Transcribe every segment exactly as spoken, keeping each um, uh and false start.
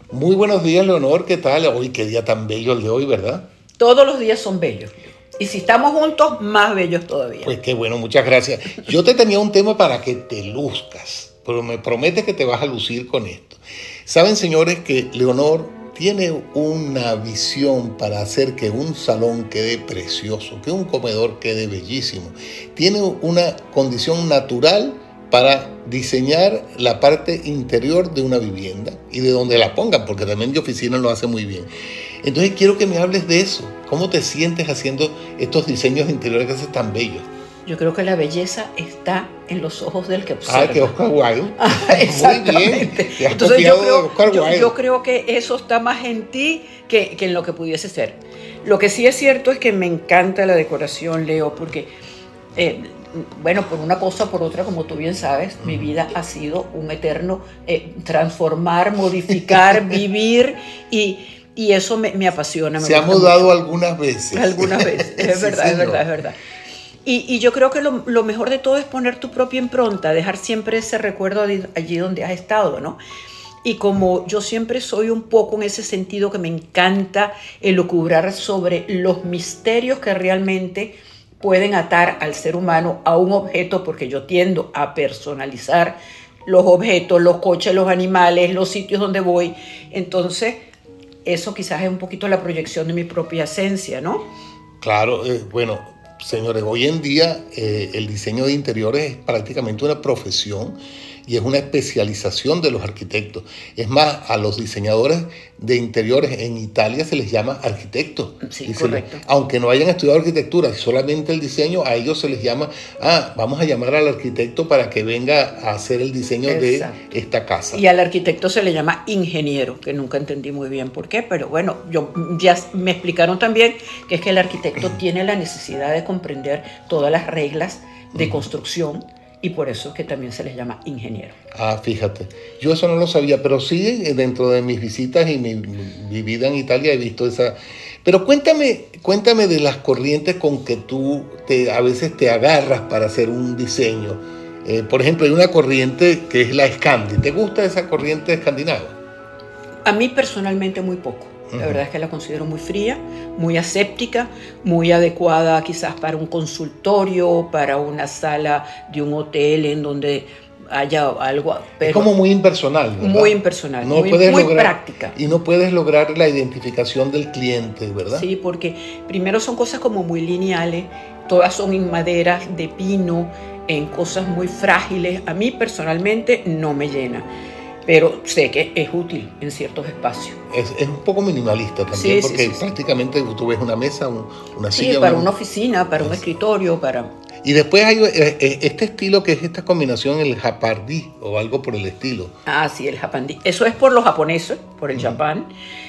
Muy buenos días, Leonor, ¿qué tal? Hoy, qué día tan bello el de hoy, ¿verdad? Todos los días son bellos. Y si estamos juntos, más bellos todavía. Pues qué bueno, muchas gracias. Yo te tenía un tema para que te luzcas, pero me prometes que te vas a lucir con esto. Saben, señores, que Leonor tiene una visión para hacer que un salón quede precioso, que un comedor quede bellísimo. Tiene una condición natural para diseñar la parte interior de una vivienda y de donde la pongan, porque también de oficina lo hace muy bien. Entonces quiero que me hables de eso. ¿Cómo te sientes haciendo estos diseños interiores que hacen tan bellos? Yo creo que la belleza está en los ojos del que observa. Ah, que Oscar Wilde. Ah, exactamente. Muy bien. Entonces yo creo, yo, yo creo que eso está más en ti que, que en lo que pudiese ser. Lo que sí es cierto es que me encanta la decoración, Leo, porque, eh, bueno, por una cosa o por otra, como tú bien sabes, mm. mi vida ha sido un eterno eh, transformar, modificar, vivir y... Y eso me, me apasiona. Me Se ha mudado mucho. algunas veces. Algunas veces, es verdad, sí, es verdad, es verdad. Y, y yo creo que lo, lo mejor de todo es poner tu propia impronta, dejar siempre ese recuerdo allí donde has estado, ¿no? Y como yo siempre soy un poco en ese sentido que me encanta elucubrar sobre los misterios que realmente pueden atar al ser humano a un objeto, porque yo tiendo a personalizar los objetos, los coches, los animales, los sitios donde voy. Entonces... eso quizás es un poquito la proyección de mi propia esencia, ¿no? Claro, eh, bueno, señores, hoy en día eh, el diseño de interiores es prácticamente una profesión y es una especialización de los arquitectos. Es más, a los diseñadores de interiores en Italia se les llama arquitectos. Sí, correcto. Les, aunque no hayan estudiado arquitectura, solamente el diseño, a ellos se les llama, ah, vamos a llamar al arquitecto para que venga a hacer el diseño Exacto. de esta casa. Y al arquitecto se le llama ingeniero, que nunca entendí muy bien por qué, pero bueno, yo ya me explicaron también que es que el arquitecto tiene la necesidad de comprender todas las reglas de construcción, y por eso es que también se les llama ingeniero. Ah, fíjate. Yo eso no lo sabía, pero sí dentro de mis visitas y mi, mi vida en Italia he visto esa... Pero cuéntame, cuéntame de las corrientes con que tú te, a veces te agarras para hacer un diseño. Eh, por ejemplo, hay una corriente que es la Scandi. ¿Te gusta esa corriente escandinava? A mí personalmente muy poco. La verdad es que la considero muy fría, muy aséptica, muy adecuada quizás para un consultorio, para una sala de un hotel en donde haya algo. Pero es como muy impersonal, ¿verdad? Muy impersonal, no muy, puedes muy lograr, práctica. Y no puedes lograr la identificación del cliente, ¿verdad? Sí, porque primero son cosas como muy lineales, todas son en madera de pino, en cosas muy frágiles. A mí personalmente no me llena. Pero sé que es útil en ciertos espacios. Es, es un poco minimalista también, sí, porque sí, sí, prácticamente sí. tú ves una mesa, un, una sí, silla. Sí, para una, una oficina, para un escritorio, para... Y después hay este estilo que es esta combinación, el japardí o algo por el estilo. Ah, sí, el japandí. Eso es por los japoneses, por el uh-huh. Japán.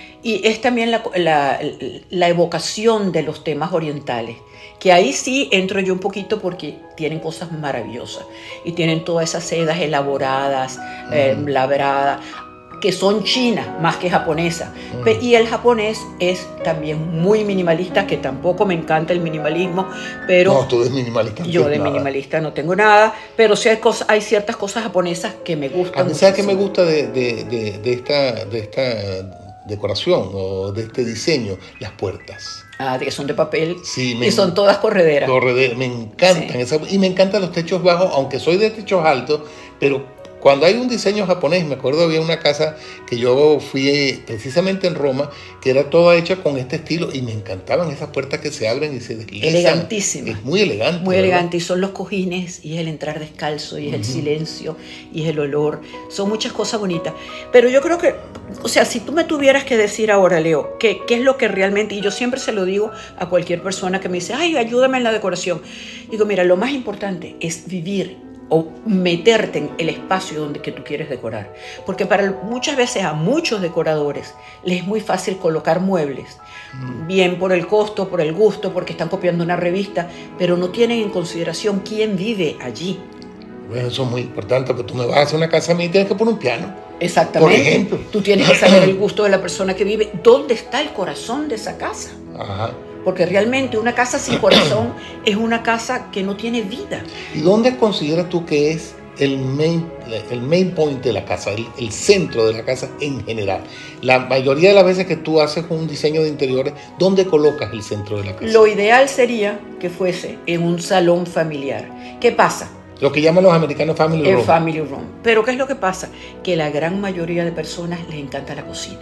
Y es también la, la, la evocación de los temas orientales, que ahí sí entro yo un poquito porque tienen cosas maravillosas y tienen todas esas sedas elaboradas, uh-huh. eh, labradas, que son chinas más que japonesas. Uh-huh. Y el japonés es también muy minimalista, que tampoco me encanta el minimalismo, pero... No, tú eres minimalista. No yo de nada. minimalista no tengo nada, pero sí hay, cosas, hay ciertas cosas japonesas que me gustan. A mí, ¿sabes qué me gusta de, de, de, de esta... De esta decoración o de este diseño? Las puertas. Ah, que son de papel sí, y me, son todas correderas. Correderas, me encantan. Sí. Esa, y me encantan los techos bajos, aunque soy de techos altos, pero cuando hay un diseño japonés, me acuerdo había una casa que yo fui precisamente en Roma, que era toda hecha con este estilo y me encantaban esas puertas que se abren y se deslizan. Elegantísima. Es muy elegante. Muy ¿verdad? elegante, y son los cojines, y es el entrar descalzo, y es uh-huh. el silencio, y es el olor. Son muchas cosas bonitas. Pero yo creo que, o sea, si tú me tuvieras que decir ahora, Leo, ¿qué, qué es lo que realmente, y yo siempre se lo digo a cualquier persona que me dice, ay, ayúdame en la decoración. Digo, mira, lo más importante es vivir o meterte en el espacio donde que tú quieres decorar. Porque para muchas veces a muchos decoradores les es muy fácil colocar muebles, mm. bien por el costo, por el gusto, porque están copiando una revista, pero no tienen en consideración quién vive allí. Bueno, eso es muy importante, porque tú me vas a hacer una casa a mí y tienes que poner un piano. Exactamente. Por ejemplo. Tú tienes que saber el gusto de la persona que vive. ¿Dónde está el corazón de esa casa? Ajá. Porque realmente una casa sin corazón es una casa que no tiene vida. ¿Y dónde consideras tú que es el main, el main point de la casa, el, el centro de la casa en general. La mayoría de las veces que tú haces un diseño de interiores, ¿dónde colocas el centro de la casa? Lo ideal sería que fuese en un salón familiar. ¿Qué pasa? Lo que llaman los americanos family room. El family room. Pero ¿qué es lo que pasa? Que la gran mayoría de personas les encanta la cocina.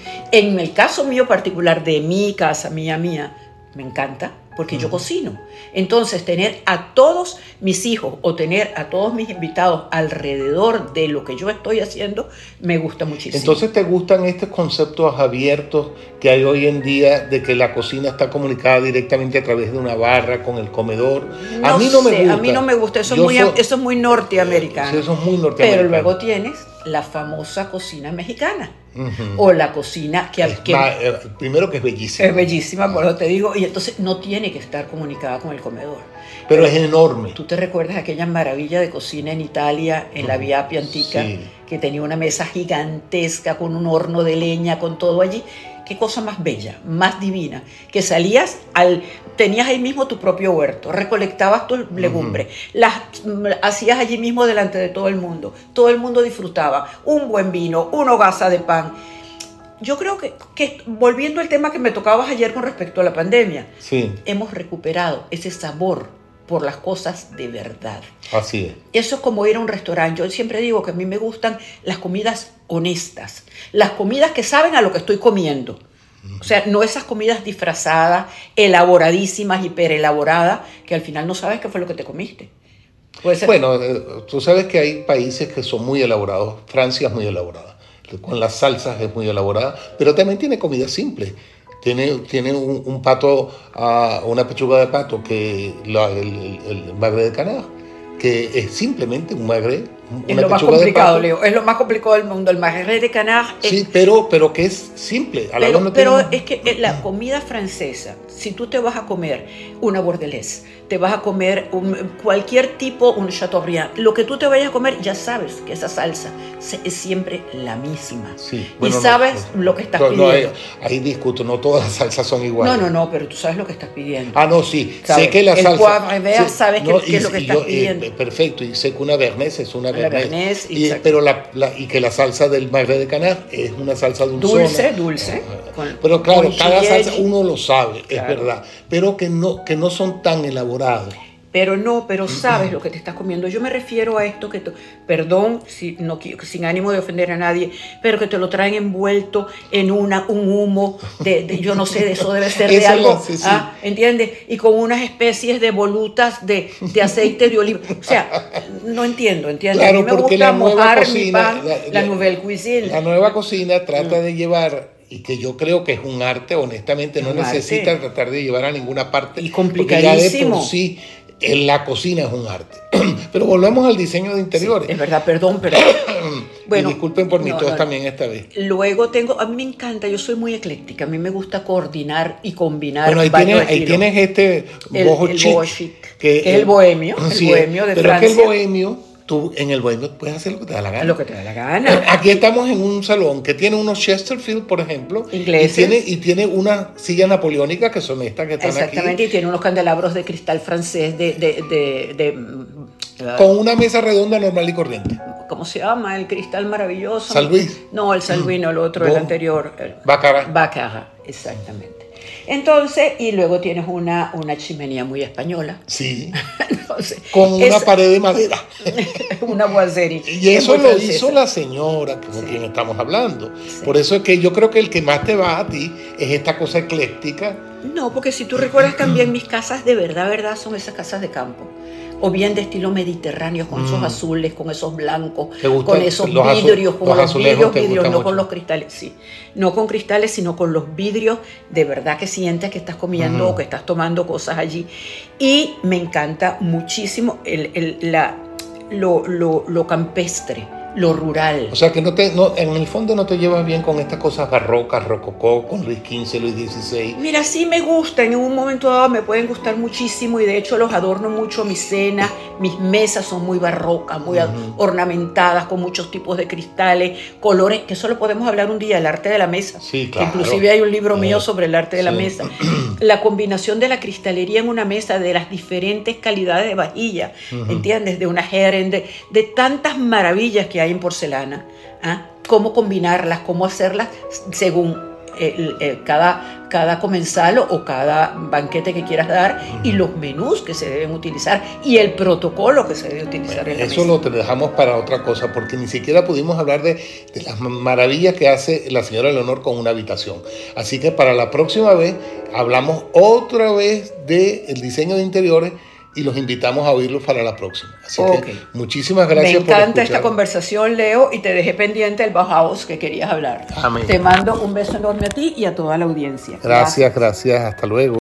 En el caso mío particular, de mi casa, mía, mía, me encanta porque uh-huh. yo cocino. Entonces, tener a todos mis hijos o tener a todos mis invitados alrededor de lo que yo estoy haciendo, me gusta muchísimo. Entonces, ¿te gustan estos conceptos abiertos que hay hoy en día de que la cocina está comunicada directamente a través de una barra con el comedor? No a mí no sé, me gusta. A mí no me gusta. Eso, es muy, soy, eso es muy norteamericano. Sí, eso es muy norteamericano. Pero luego tienes la famosa cocina mexicana. Uh-huh. O la cocina que, es que más, eh, primero que es bellísima. Es bellísima, por eso te digo, y entonces no tiene que estar comunicada con el comedor. Pero, Pero es enorme. ¿Tú te recuerdas aquella maravilla de cocina en Italia, en uh-huh. la Via Appia Antica, sí. que tenía una mesa gigantesca con un horno de leña, con todo allí? Qué cosa más bella, más divina, que salías al, tenías ahí mismo tu propio huerto, recolectabas tus legumbres, uh-huh. las hacías allí mismo delante de todo el mundo, todo el mundo disfrutaba, un buen vino, una hogaza de pan. Yo creo que, que volviendo al tema que me tocabas ayer con respecto a la pandemia, sí. hemos recuperado ese sabor por las cosas de verdad. Así es. Eso es como ir a un restaurante. Yo siempre digo que a mí me gustan las comidas honestas, las comidas que saben a lo que estoy comiendo. O sea, no esas comidas disfrazadas, elaboradísimas, hiperelaboradas, que al final no sabes qué fue lo que te comiste. Puede ser. Bueno, eh, tú sabes que hay países que son muy elaborados. Francia es muy elaborada. Con las salsas es muy elaborada, pero también tiene comida simple. Tiene, tiene un, un pato, uh, una pechuga de pato, que la, el, el, el magre de canard, que es simplemente un magre. Es lo más complicado, Leo. Es lo más complicado del mundo. El magre de canard es... Sí, pero, pero que es simple. A la pero no pero tiene... es que la comida francesa, si tú te vas a comer una bordelaise, te vas a comer un, cualquier tipo, un chateaubriand, lo que tú te vayas a comer, ya sabes que esa salsa es siempre la misma. Sí, bueno, y sabes no, lo que estás no, pidiendo. No, ahí, ahí discuto, no todas las salsas son iguales. No, no, no, pero tú sabes lo que estás pidiendo. Ah, no, sí. ¿Sabes? Sé que la el salsa... poivre vert, sí, sabes no, qué es lo que estás yo, pidiendo. Eh, perfecto, y sé que una béarnaise es una béarnaise. Y, pero la, la, y que la salsa del magre de canard es una salsa dulzona. Dulce, dulce. Ah, con, pero claro, con cada chile, salsa uno lo sabe, claro. Es verdad. Pero que no, que no son tan elaborados. Pero no, pero sabes lo que te estás comiendo. Yo me refiero a esto que, tú, perdón, si, no, sin ánimo de ofender a nadie, pero que te lo traen envuelto en una, un humo, de, de yo no sé, de eso debe ser de eso algo, lo, sí, sí. ¿ah? ¿Entiendes? Y con unas especies de volutas de, de aceite de oliva. O sea, no entiendo, ¿entiendes? Claro, a mí me porque gusta la nueva mojar cocina, mi pan, la, la, la nouvelle cuisine. La nueva cocina trata mm. de llevar... y que yo creo que es un arte, honestamente, no un necesita arte. tratar de llevar a ninguna parte. Y complicadísimo. Porque ya de por sí, en la cocina es un arte. Pero volvemos al diseño de interiores. Sí, es verdad, perdón, pero... bueno, y disculpen por mi no, tos no, también esta vez. Luego tengo, a mí me encanta, yo soy muy ecléctica, a mí me gusta coordinar y combinar. Bueno, ahí tienes, ahí tienes este boho chic, boho chic, que, que es el bohemio, el sí, bohemio de pero Francia. Es que el bohemio... Tú en el bohemio puedes hacer lo que te da la gana. Lo que te da la gana. Aquí estamos en un salón que tiene unos Chesterfield, por ejemplo. Ingleses. Y tiene, y tiene una silla napoleónica que son estas que están Exactamente, aquí. Exactamente, y tiene unos candelabros de cristal francés de... de, de, de uh, con una mesa redonda normal y corriente. ¿Cómo se llama? El cristal maravilloso. ¿San Luis? No, el San Luis, no, el otro, ¿Bo? el anterior. El Baccarat. Baccarat, exactamente. Entonces, y luego tienes una, una chimenea muy española. Sí. Entonces, con una es, pared de madera. Una boiserie. Y eso lo francesa. Hizo la señora con sí. quien estamos hablando. Sí. Por eso es que yo creo que el que más te va a ti es esta cosa ecléctica. No, porque si tú recuerdas también mis casas de verdad, verdad, son esas casas de campo. O bien de estilo mediterráneo, con mm. esos azules, con esos blancos, con esos los vidrios, azul, con los, los vidrios, vidrios, no mucho. Con los cristales, sí. No con cristales, sino con los vidrios, de verdad que sientes que estás comiendo mm. o que estás tomando cosas allí. Y me encanta muchísimo el, el, la, lo, lo, lo campestre, lo rural. O sea que no te, no, en el fondo no te llevas bien con estas cosas barrocas, rococó, con Luis quince, Luis dieciséis. Mira, sí me gustan, en un momento dado me pueden gustar muchísimo y de hecho los adorno mucho, mis cenas, mis mesas son muy barrocas, muy uh-huh. ornamentadas, con muchos tipos de cristales, colores, que solo podemos hablar un día, el arte de la mesa. Sí, claro. Inclusive hay un libro uh-huh. mío sobre el arte de sí. la mesa. La combinación de la cristalería en una mesa, de las diferentes calidades de vajilla, uh-huh. ¿entiendes? De una Herren, de, de tantas maravillas que hay en porcelana, ¿ah? Cómo combinarlas, cómo hacerlas según el, el, cada, cada comensal o cada banquete que quieras dar uh-huh. y los menús que se deben utilizar y el protocolo que se debe utilizar bueno, en la eso mesa. Lo te dejamos para otra cosa porque ni siquiera pudimos hablar de, de las maravillas que hace la señora Leonor con una habitación. Así que para la próxima vez hablamos otra vez del diseño de interiores y los invitamos a oírlos para la próxima. Así okay. que muchísimas gracias por Me encanta esta conversación, Leo, y te dejé pendiente el Bauhaus que querías hablar. Amén. Te mando un beso enorme a ti y a toda la audiencia. Gracias, gracias. gracias. Hasta luego.